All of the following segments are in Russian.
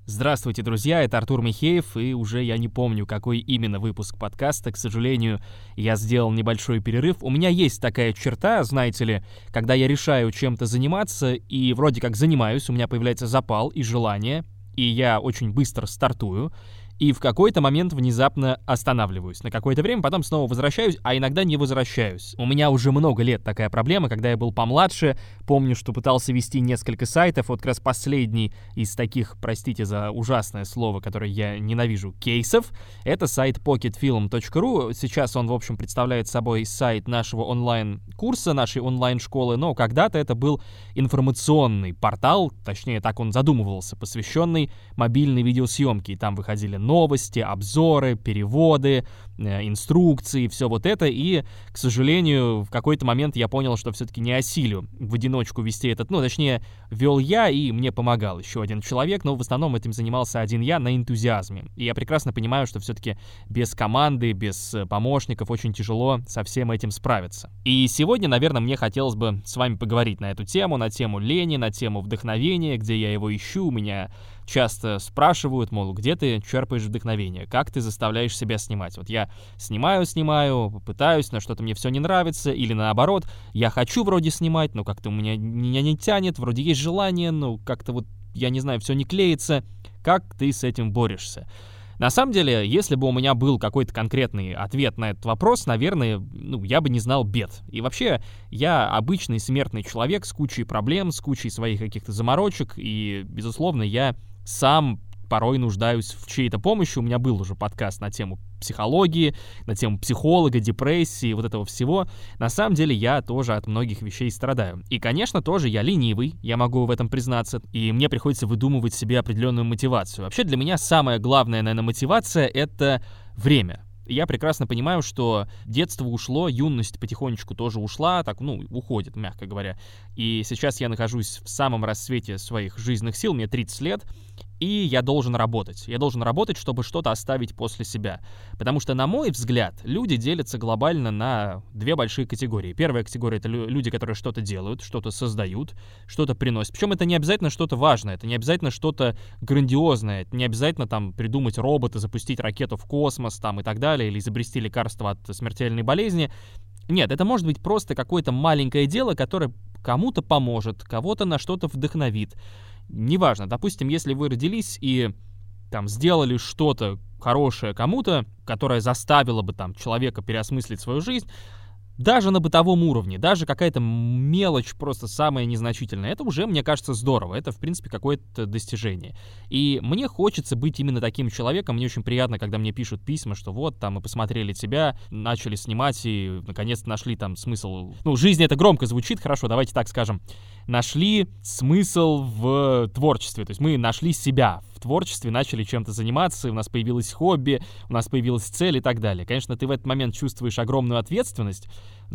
Здравствуйте, друзья, это Артур Михеев, и уже я не помню, какой именно выпуск подкаста. К сожалению, я сделал небольшой перерыв. У меня есть такая черта, знаете ли, когда я решаю чем-то заниматься, и вроде как занимаюсь, у меня появляется запал и желание, и я очень быстро стартую, и в какой-то момент внезапно останавливаюсь. На какое-то время потом снова возвращаюсь, а иногда не возвращаюсь. У меня уже много лет такая проблема. Когда я был помладше, помню, что пытался вести несколько сайтов. Вот как раз последний из таких, простите за ужасное слово, которое я ненавижу, кейсов, это сайт pocketfilm.ru. Сейчас он, в общем, представляет собой сайт нашего онлайн-курса, нашей онлайн-школы, но когда-то это был информационный портал, точнее, так он задумывался, посвященный мобильной видеосъемке. И там выходили новости, обзоры, переводы, инструкции, все вот это. И, к сожалению, в какой-то момент я понял, что все-таки не осилю в одиночку вести этот, точнее, вел я, и мне помогал еще один человек, но в основном этим занимался один я на энтузиазме. И я прекрасно понимаю, что все-таки без команды, без помощников очень тяжело со всем этим справиться. И сегодня, наверное, мне хотелось бы с вами поговорить на эту тему, на тему лени, на тему вдохновения, где я его ищу. Меня часто спрашивают, мол, где ты черпаешь вдохновение, как ты заставляешь себя снимать. Вот я снимаю, пытаюсь, но что-то мне все не нравится, или наоборот, я хочу вроде снимать, но как-то меня не тянет, вроде есть желание, но как-то вот, я не знаю, все не клеится. Как ты с этим борешься? На самом деле, если бы у меня был какой-то конкретный ответ на этот вопрос, наверное, я бы не знал бед. И вообще, я обычный смертный человек с кучей проблем, с кучей своих каких-то заморочек, и, безусловно, я сам порой нуждаюсь в чьей-то помощи. У меня был уже подкаст на тему психологии, на тему психолога, депрессии, вот этого всего. На самом деле я тоже от многих вещей страдаю. И, конечно, тоже я ленивый, я могу в этом признаться, и мне приходится выдумывать себе определенную мотивацию. Вообще для меня самая главная, наверное, мотивация — это время. Я прекрасно понимаю, что детство ушло, юность потихонечку тоже ушла, уходит, мягко говоря. И сейчас я нахожусь в самом расцвете своих жизненных сил, мне 30 лет, и я должен работать. Я должен работать, чтобы что-то оставить после себя. Потому что, на мой взгляд, люди делятся глобально на две большие категории. Первая категория — это люди, которые что-то делают, что-то создают, что-то приносят. Причем это не обязательно что-то важное, это не обязательно что-то грандиозное, это не обязательно придумать робота, запустить ракету в космос и так далее, или изобрести лекарство от смертельной болезни. Нет, это может быть просто какое-то маленькое дело, которое кому-то поможет, кого-то на что-то вдохновит. Неважно, допустим, если вы родились и сделали что-то хорошее кому-то, которое заставило бы человека переосмыслить свою жизнь, даже на бытовом уровне, даже какая-то мелочь просто самая незначительная, это уже, мне кажется, здорово, это, в принципе, какое-то достижение. И мне хочется быть именно таким человеком, мне очень приятно, когда мне пишут письма, что вот, мы посмотрели тебя, начали снимать и, наконец-то, нашли смысл. Жизнь — это громко звучит, хорошо, давайте так скажем, нашли смысл в творчестве, то есть мы нашли себя в творчестве, начали чем-то заниматься, у нас появилось хобби, у нас появилась цель и так далее. Конечно, ты в этот момент чувствуешь огромную ответственность,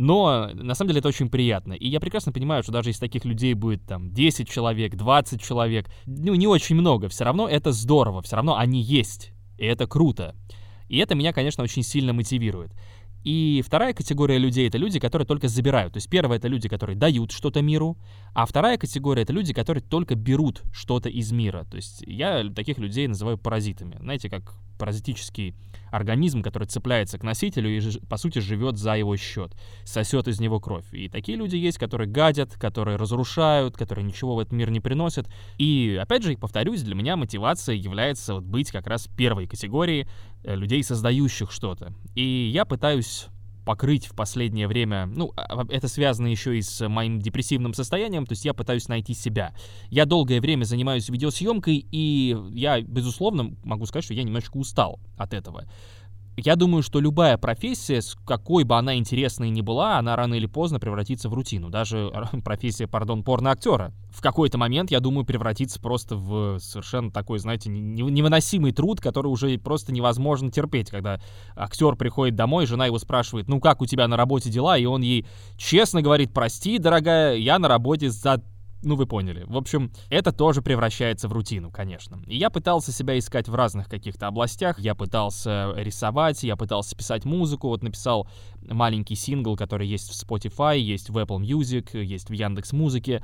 но на самом деле это очень приятно. И я прекрасно понимаю, что даже если таких людей будет 10 человек, 20 человек, не очень много, все равно это здорово, все равно они есть, и это круто. И это меня, конечно, очень сильно мотивирует. И вторая категория людей — это люди, которые только забирают. То есть первая — это люди, которые дают что-то миру, а вторая категория — это люди, которые только берут что-то из мира. То есть я таких людей называю паразитами. Знаете, как паразитический организм, который цепляется к носителю и, по сути, живет за его счет, сосет из него кровь. И такие люди есть, которые гадят, которые разрушают, которые ничего в этот мир не приносят. И, опять же, повторюсь, для меня мотивация является быть как раз первой категорией людей, создающих что-то. И я пытаюсь покрыть в последнее время, это связано еще и с моим депрессивным состоянием, то есть я пытаюсь найти себя. Я долгое время занимаюсь видеосъемкой, и я, безусловно, могу сказать, что я немножечко устал от этого. Я думаю, что любая профессия, какой бы она интересной ни была, она рано или поздно превратится в рутину. Даже профессия, порноактера в какой-то момент, я думаю, превратится просто в совершенно такой, знаете, невыносимый труд, который уже просто невозможно терпеть, когда актер приходит домой, жена его спрашивает: как у тебя на работе дела? И он ей честно говорит: прости, дорогая, я на работе за Ну, вы поняли. В общем, это тоже превращается в рутину, конечно. И я пытался себя искать в разных каких-то областях. Я пытался рисовать, я пытался писать музыку. Вот написал маленький сингл, который есть в Spotify, есть в Apple Music, есть в Яндекс.Музыке.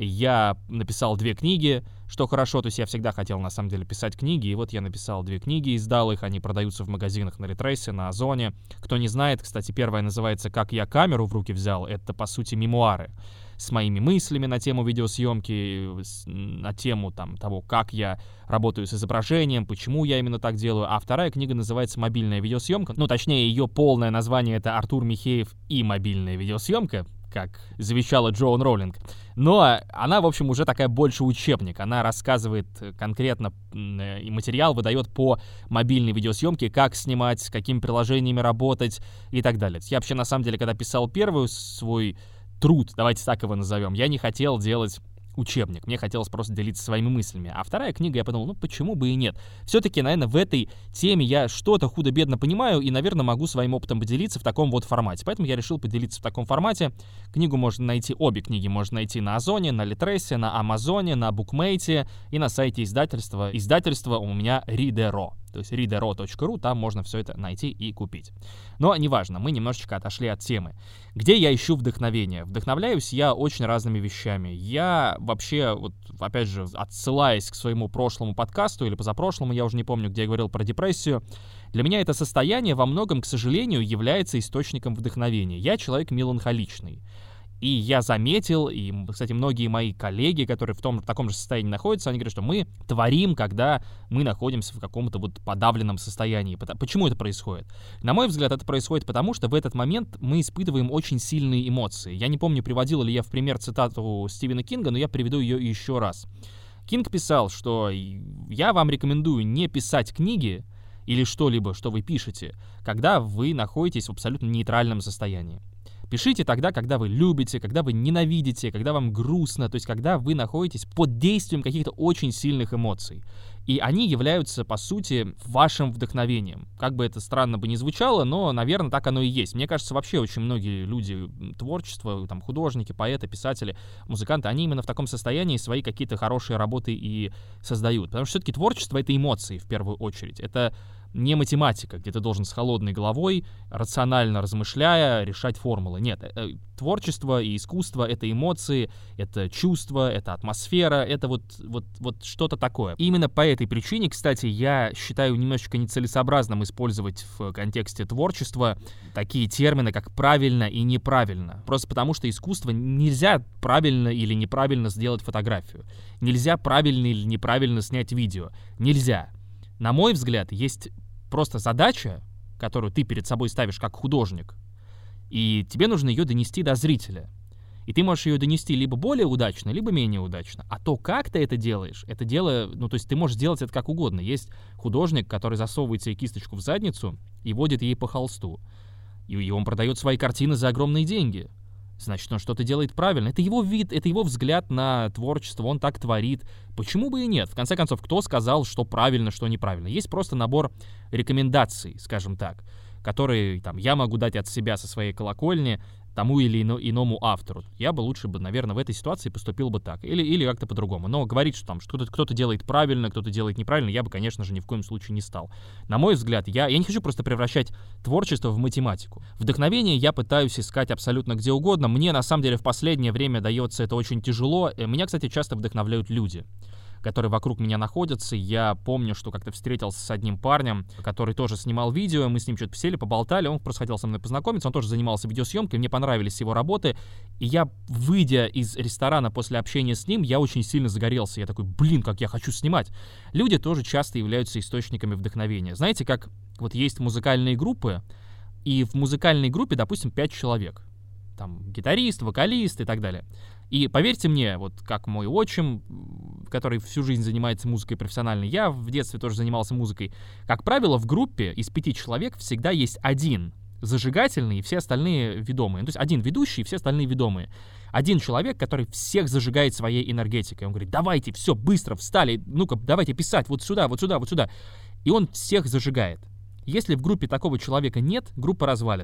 Я написал 2 книги, что хорошо, то есть я всегда хотел, на самом деле, писать книги, и вот я написал 2 книги, издал их, они продаются в магазинах на Литресе, на Озоне. Кто не знает, кстати, первая называется «Как я камеру в руки взял», это, по сути, мемуары с моими мыслями на тему видеосъемки, на тему того, как я работаю с изображением, почему я именно так делаю. А вторая книга называется «Мобильная видеосъемка». Ну, точнее, ее полное название — это «Артур Михеев и мобильная видеосъемка», как завещала Джоан Роулинг. Но она, в общем, уже такая больше учебник. Она рассказывает конкретно, и материал выдает по мобильной видеосъемке, как снимать, с какими приложениями работать и так далее. Я вообще, на самом деле, когда писал первый свой труд, давайте так его назовем, я не хотел делать учебник, мне хотелось просто делиться своими мыслями. А вторая книга, я подумал, почему бы и нет. Все-таки, наверное, в этой теме я что-то худо-бедно понимаю и, наверное, могу своим опытом поделиться в таком вот формате. Поэтому я решил поделиться в таком формате. Книгу можно найти, обе книги можно найти на Озоне, на Литресе, на Амазоне, на Букмейте и на сайте издательства. Издательство у меня Readero. То есть readero.ru, там можно все это найти и купить. Но неважно, мы немножечко отошли от темы. Где я ищу вдохновение? Вдохновляюсь я очень разными вещами. Я вообще, вот опять же, отсылаясь к своему прошлому подкасту или позапрошлому, я уже не помню, где я говорил про депрессию, для меня это состояние во многом, к сожалению, является источником вдохновения. Я человек меланхоличный. И я заметил, и, кстати, многие мои коллеги, которые в таком же состоянии находятся, они говорят, что мы творим, когда мы находимся в каком-то вот подавленном состоянии. Почему это происходит? На мой взгляд, это происходит потому, что в этот момент мы испытываем очень сильные эмоции. Я не помню, приводил ли я в пример цитату Стивена Кинга, но я приведу ее еще раз. Кинг писал, что я вам рекомендую не писать книги или что-либо, что вы пишете, когда вы находитесь в абсолютно нейтральном состоянии. Пишите тогда, когда вы любите, когда вы ненавидите, когда вам грустно, то есть когда вы находитесь под действием каких-то очень сильных эмоций. И они являются, по сути, вашим вдохновением. Как бы это странно бы ни звучало, но, наверное, так оно и есть. Мне кажется, вообще очень многие люди творчества, художники, поэты, писатели, музыканты, они именно в таком состоянии свои какие-то хорошие работы и создают. Потому что все-таки творчество — это эмоции, в первую очередь. Это не математика, где ты должен с холодной головой, рационально размышляя, решать формулы. Нет, творчество и искусство — это эмоции, это чувства, это атмосфера, это вот что-то такое. И именно по этой причине, кстати, я считаю немножечко нецелесообразным использовать в контексте творчества такие термины, как «правильно» и «неправильно». Просто потому, что искусство нельзя правильно или неправильно сделать фотографию. Нельзя правильно или неправильно снять видео. Нельзя. На мой взгляд, есть просто задача, которую ты перед собой ставишь как художник, и тебе нужно ее донести до зрителя. И ты можешь ее донести либо более удачно, либо менее удачно. А то, как ты это делаешь, это дело, то есть ты можешь делать это как угодно. Есть художник, который засовывает себе кисточку в задницу и водит ей по холсту. И он продает свои картины за огромные деньги. Значит, он что-то делает правильно. Это его вид, это его взгляд на творчество, он так творит. Почему бы и нет? В конце концов, кто сказал, что правильно, что неправильно? Есть просто набор рекомендаций, скажем так, которые я могу дать от себя со своей колокольни тому или иному автору. Я бы лучше, наверное, в этой ситуации поступил бы так. Или как-то по-другому. Но говорить, что кто-то делает правильно, кто-то делает неправильно, я бы, конечно же, ни в коем случае не стал. На мой взгляд, я не хочу просто превращать творчество в математику. Вдохновение я пытаюсь искать абсолютно где угодно. Мне, на самом деле, в последнее время дается это очень тяжело. Меня, кстати, часто вдохновляют люди, которые вокруг меня находятся. Я помню, что как-то встретился с одним парнем, который тоже снимал видео, мы с ним что-то посели, поболтали, он просто хотел со мной познакомиться, он тоже занимался видеосъемкой, мне понравились его работы, и я, выйдя из ресторана после общения с ним, я очень сильно загорелся, я такой, как я хочу снимать. Люди тоже часто являются источниками вдохновения. Знаете, как вот есть музыкальные группы, и в музыкальной группе, допустим, 5 человек, гитарист, вокалист и так далее. И поверьте мне, вот как мой отчим, который всю жизнь занимается музыкой профессионально, я в детстве тоже занимался музыкой. Как правило, в группе из 5 человек всегда есть один зажигательный и все остальные ведомые. То есть один ведущий и все остальные ведомые. Один человек, который всех зажигает своей энергетикой. Он говорит, давайте, все, быстро, встали, ну-ка, давайте писать вот сюда, вот сюда, вот сюда. И он всех зажигает. Если в группе такого человека нет, группа развалится.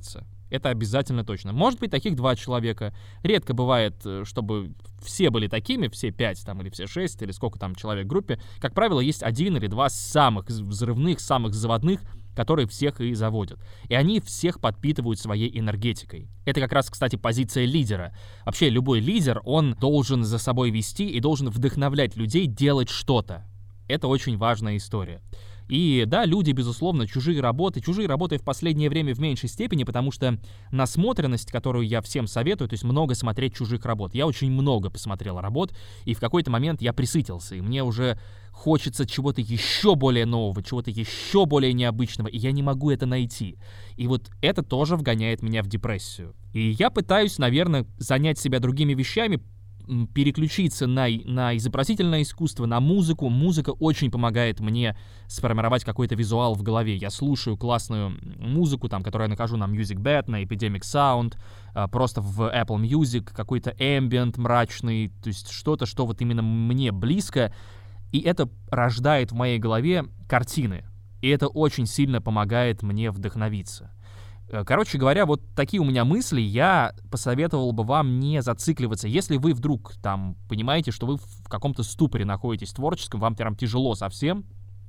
Это обязательно точно. Может быть, таких 2 человека. Редко бывает, чтобы все были такими, все 5 там, или все 6, или сколько там человек в группе. Как правило, есть 1 или 2 самых взрывных, самых заводных, которые всех и заводят. И они всех подпитывают своей энергетикой. Это как раз, кстати, позиция лидера. Вообще, любой лидер, он должен за собой вести и должен вдохновлять людей делать что-то. Это очень важная история. И да, люди, безусловно, чужие работы в последнее время в меньшей степени, потому что насмотренность, которую я всем советую, то есть много смотреть чужих работ. Я очень много посмотрел работ, и в какой-то момент я пресытился, и мне уже хочется чего-то еще более нового, чего-то еще более необычного, и я не могу это найти. И вот это тоже вгоняет меня в депрессию. И я пытаюсь, наверное, занять себя другими вещами, переключиться на изобразительное искусство, на музыку. Музыка очень помогает мне сформировать какой-то визуал в голове. Я слушаю классную музыку, там, которую я нахожу на MusicBed, на Epidemic Sound, просто в Apple Music, какой-то ambient мрачный, то есть что-то, что вот именно мне близко, и это рождает в моей голове картины. И это очень сильно помогает мне вдохновиться. Короче говоря, вот такие у меня мысли. Я посоветовал бы вам не зацикливаться. Если вы вдруг там понимаете, что вы в каком-то ступоре находитесь творческом, вам прям тяжело совсем,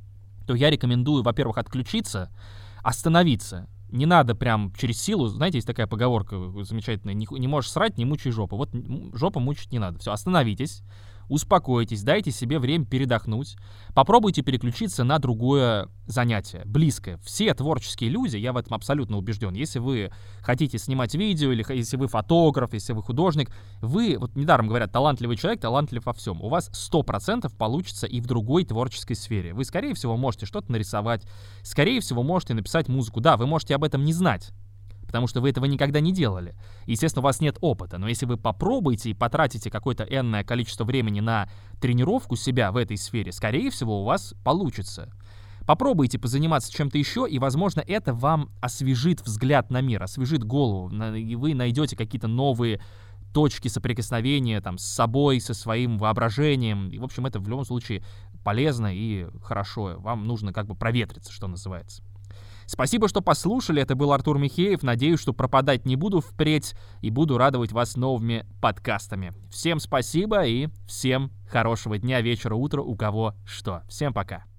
то я рекомендую, во-первых, отключиться, остановиться. Не надо прям через силу, знаете, есть такая поговорка замечательная, не можешь срать, не мучай жопу. Вот жопу мучить не надо. Все, остановитесь, успокойтесь, дайте себе время передохнуть, попробуйте переключиться на другое занятие, близкое. Все творческие люди, я в этом абсолютно убежден, если вы хотите снимать видео, или если вы фотограф, если вы художник, вы, вот недаром говорят, талантливый человек, талантлив во всем, у вас 100% получится и в другой творческой сфере. Вы, скорее всего, можете что-то нарисовать, скорее всего, можете написать музыку. Да, вы можете об этом не знать, потому что вы этого никогда не делали. Естественно, у вас нет опыта, но если вы попробуете и потратите какое-то энное количество времени на тренировку себя в этой сфере, скорее всего, у вас получится. Попробуйте позаниматься чем-то еще, и, возможно, это вам освежит взгляд на мир, освежит голову, и вы найдете какие-то новые точки соприкосновения там, с собой, со своим воображением. И, в общем, это в любом случае полезно и хорошо. Вам нужно как бы проветриться, что называется. Спасибо, что послушали. Это был Артур Михеев. Надеюсь, что пропадать не буду впредь и буду радовать вас новыми подкастами. Всем спасибо и всем хорошего дня, вечера, утра, у кого что. Всем пока.